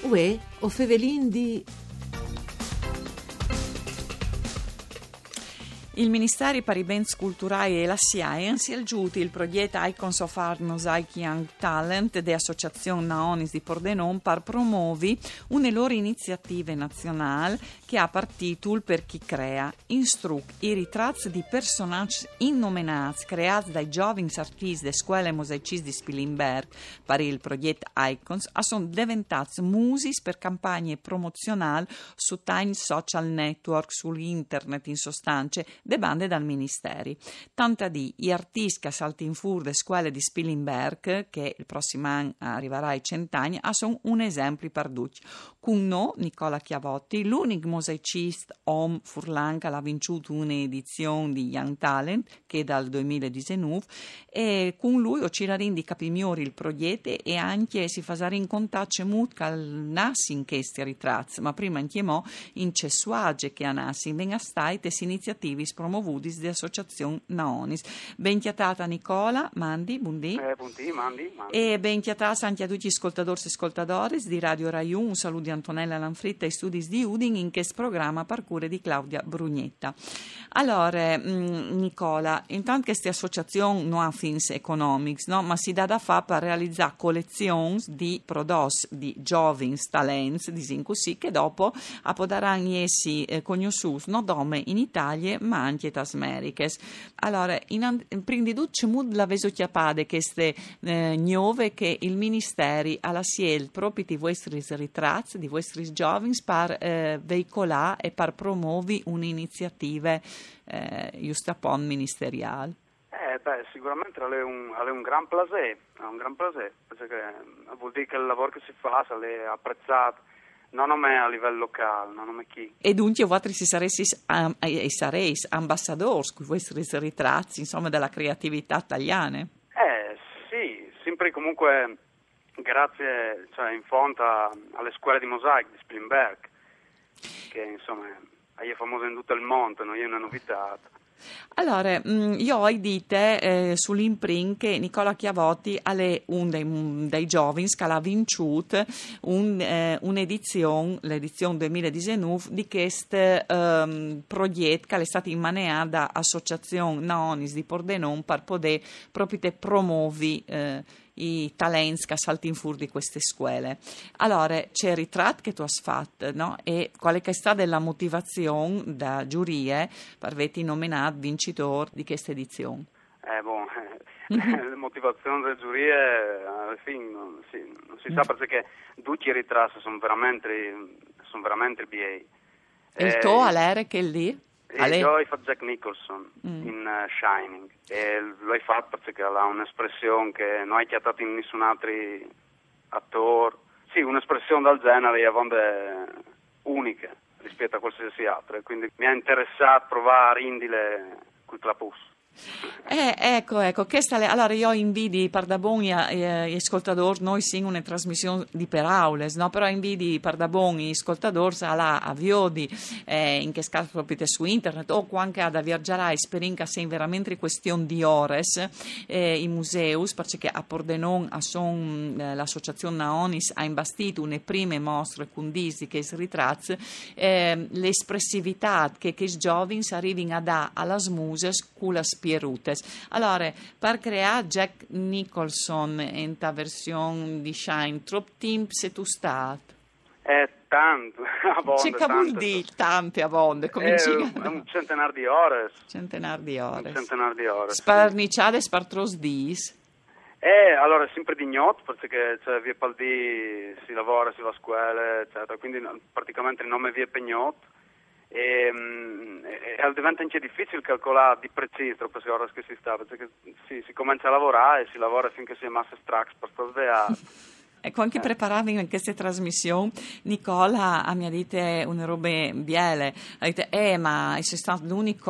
Uè, o Fevelin di... Il Ministeri per i Bens Culturali e la Scienza ha giunto il progetto Icons of Art Mosaic Young Talent dell'Associazione Naonis di Pordenone per promuovere una loro iniziativa nazionale che ha per titolo Per chi crea, i ritratti di personaggi innominati creati dai giovani artisti delle scuole mosaicisti di Spilimberg per il progetto Icons sono diventati musici per campagne promozionali su tiny social network, sull'internet in sostanza, de bande dal Ministeri. Tanta di gli artisti che saltin fuori le scuole di Spilimberg, che il prossimo anno arriverà ai 100 anni, sono un esempio per tutti. Con noi, Nicola Chiavotti, l'unico mosaicista om furlan che ha vinto un'edizione di Young Talent, che è dal 2019, e con lui ho cirarin di capimiori il progetto e anche si fa in contatto molto con nassi in questi ritratti, ma prima anche in cessuage che a nassi venga stai queste iniziative promovuti di associazione Naonis. Ben chiatata Nicola, Mandi, buondì. Buondì, Mandi. E ben chiatata anche a tutti gli ascoltatori e ascoltatori di Radio Rai 1, un saluto di Antonella Lanfritta e studi di Udin in questo programma parcure di Claudia Brugnetta. Allora, Nicola, intanto questa associazione non ha fins economics, no? Ma si dà da fare per realizzare collezioni di prodotti di giovani talenti, disin così, che dopo appodaranno essi conosciuti non solo in Italia ma anche in Americhe. Allora, prima di tutto c'è la veso chiapade queste nuove che il Ministeri alla SIEL proprio di vostri ritratti, di vostri giovani per veicolare e per promuovere un'iniziativa giustapon ministeriale. Sicuramente è un gran plaisir, perché vuol dire che il lavoro che si fa è apprezzato, non a livello locale, non a chi. E dunque voi sareis ambassadori con i vostri ritratti, insomma, della creatività italiana? Sì, sempre comunque grazie, in fondo alle scuole di mosaico di Spilimberg, che insomma è famosa in tutto il mondo, non è una novità. Allora, io ho dite sull'imprint che Nicola Chiavotti è un dei giovani che ha vinto un'edizione, l'edizione 2019, di questo progetto che è stato immaneato da Associazione Naonis di Pordenone per poter proprio promuovere i talenti che saltano fuori di queste scuole. Allora, c'è il ritratto che tu hai fatto, no? E quale che è stata la motivazione da giuria per averti nominato vincitore di questa edizione? La motivazione delle giurie alla fine non si sa, perché tutti i ritratti sono veramente bei. E il tuo all'era che è lì? Io ho fatto Jack Nicholson in Shining e l'ho fatto perché ha un'espressione che non hai chiatato in nessun altro attore. Sì, un'espressione del genere è unica rispetto a qualsiasi altra, quindi mi ha interessato provare a rendile quel clapus. Ecco, allora io invidi Pardaboni e ascoltatori, noi siamo una trasmissione di per aules, no? Però invidi Pardaboni e ascoltatori a viodi in che caso proprio su internet o anche ad viaggiare sperinca se veramente questione di ores i museus, perché a Pordenone l'associazione Naonis ha imbastito une prime mostre condisi che si ritratti l'espressività che i giovani arrivino a dare alla smuses con la spierutes. Allora, per creare Jack Nicholson in ta versione di Shine, troppo tempo sei tu stato? Tanto, a volte. C'è che vuol dire tante a volte? Un centenario di ore. Un centenario di ore. Sparniciate spartros dis? Allora, sempre di gnot, perché via Paldì si lavora, si va a scuola, eccetera, quindi praticamente il nome via Pegnot. E diventa anche difficile calcolare di preciso per le ore che si sta, perché si comincia a lavorare e si lavora finché si è massa strax per svegliare. Ecco, anche preparando in queste trasmissioni, Nicola mi ha detto una roba biele. Ha detto, ma sei stato l'unico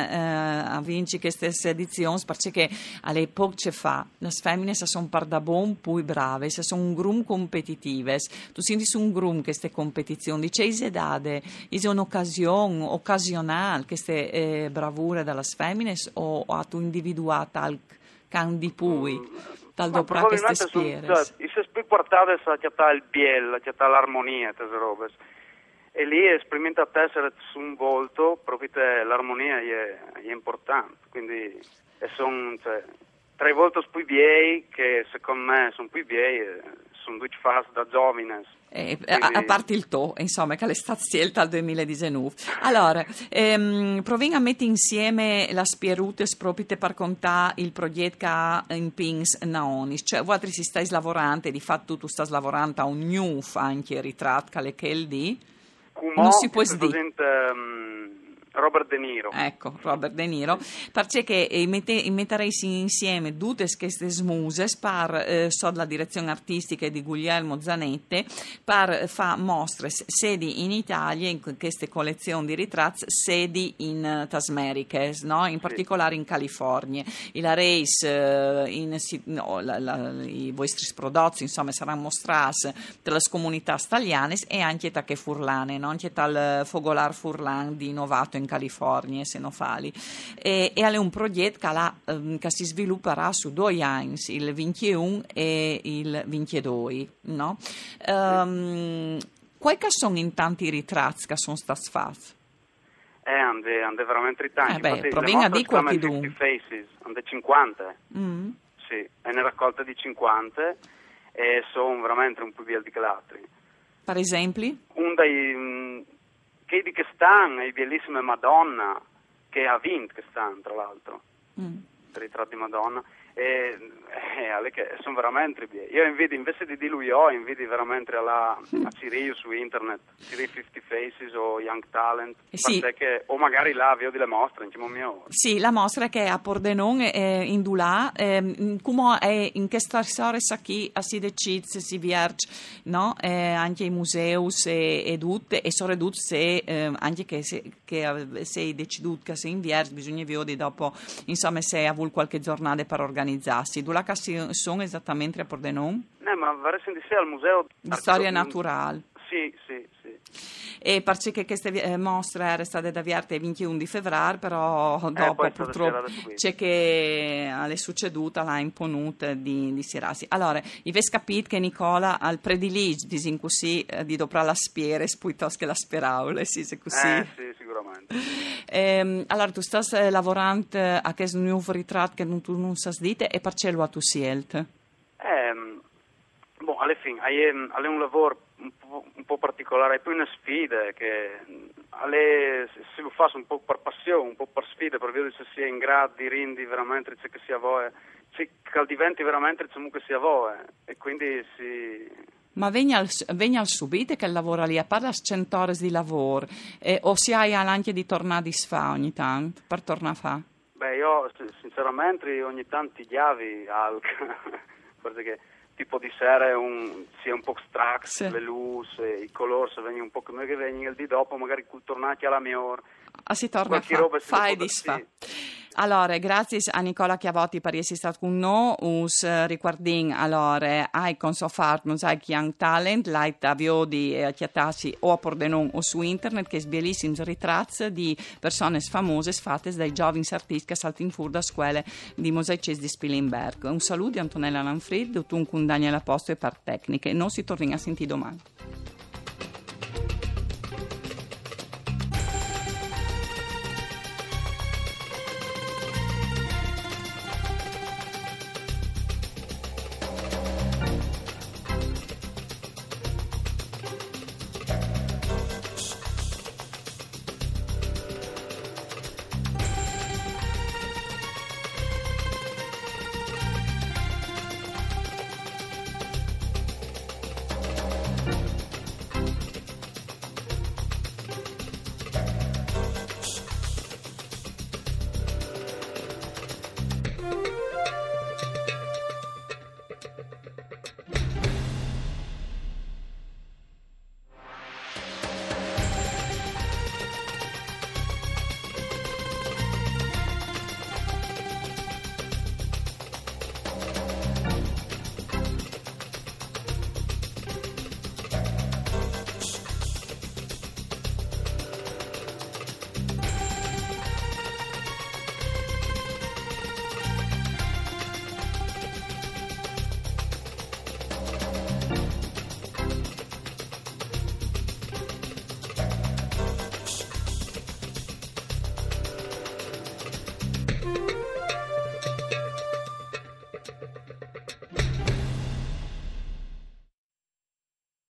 a vincere queste edizioni, perché all'epoca ce fa, le femmine sono pardabon più brave, sono un grum competitive. Tu senti su un grum queste competizioni, dice date, è un'occasione occasionale queste bravure delle femmine o ha tu individuato al can di pui? Dal dopo che ste spiere. Se più portate sa che sta il biel, che sta l'armonia, queste robe. E lì sperimenta essere su un volto, proprio l'armonia è importante. Quindi sono tre volti più vecchi, che secondo me sono più vecchi, sono due fasi da giovani. A parte il insomma, che è stato scelto al 2019. Allora, proviamo a mettere insieme la spierutes proprio per contare il progetto che ha in Pings Naonis. Cioè, voi si stai lavorando, di fatto tu stai lavorando a un new anche ritratto che è il di. Non si può dire. Robert De Niro. Ecco, Robert De Niro. Perché metterei insieme tutte queste smuse per la direzione artistica di Guglielmo Zanette per fare mostre sedi in Italia in queste collezioni di ritratti, sedi in Tasmeriche, no? In particolare in California. La Race, i vostri prodotti, insomma, saranno mostrati dalle comunità italiane e anche da che Furlane, no? Anche dal Fogolar Furlan di Novato in California, se non fali. E è un progetto che si svilupperà su 2 anni, il 21 e il 22, no? Quali sono in tanti ritratti che sono stati fatti? Ande veramente tanti. Proviamo a dire qualche dunque. Faces, ande 50. Sì, è una raccolta di 50 e sono veramente un po' più di altri. Per esempio? Un dei che di che stanno è bellissime Madonna, che ha vinto che stanno tra l'altro, ritratti di Madonna, e che sono veramente belli. Io invece di lui invito veramente a Cirio su internet, Cirio 50 Faces o Young Talent, sì. Perché, o magari là vedo le mostre Sì, la mostra che è a Pordenone in Dulà, come è in che storia qui si decide se si viaggia, no? Anche i musei e tutte, e soprattutto se anche che sei deciduto che sei in viaggio, bisogna vedere dopo, insomma, se ha avuto qualche giornata per organizzarsi. Dulà che sono esattamente a Pordenone? Ma vorrei sentire al museo di storia naturale. Sì. E perché queste mostre erano state avviate il 21 di febbraio, però dopo purtroppo c'è che è succeduta la imponuta di Sirasi. Allora, avete capito che Nicola ha il predilige disin così di doprare la spiere piuttosto che la speraule, sì, se così. Sì, sicuramente. Allora, tu stai lavorando a questo nuovo ritratto che tu non sai dite e perché lo tu scelto? Alla fine, è un lavoro un po' particolare, è più una sfida che se lo fa un po' per passione, un po' per sfida, per vedere se si è in grado di rendere veramente ciò che si vuole, che diventi veramente ciò che si vuole, e quindi si... Ma venga al subito che lavora lì, a parte 100 ore di lavoro, o si hai anche di tornare di sfa ogni tanto, per tornare a fare? Io sinceramente ogni tanto ti chiavi perché tipo di sera sia un po' strax, sì. Le luci, i colori, se vengono un po' come che vengono, il di dopo magari tornati alla mia ora. Si torna a fare di sfa. Allora, grazie a Nicola Chiavotti per essere stato con noi. Riguarding allora Icons of Art, Mosaic Young Talent, Light Aviodi e Chiattassi o a Pordenone o su internet, che è bellissimi ritratti di persone famose fatte dai giovani artisti che saltano fuori da scuole di mosaicesi di Spilimberg. Un saluto di Antonella Lanfrid, un con Daniela Posto e per tecniche. Non si torna a sentire domani.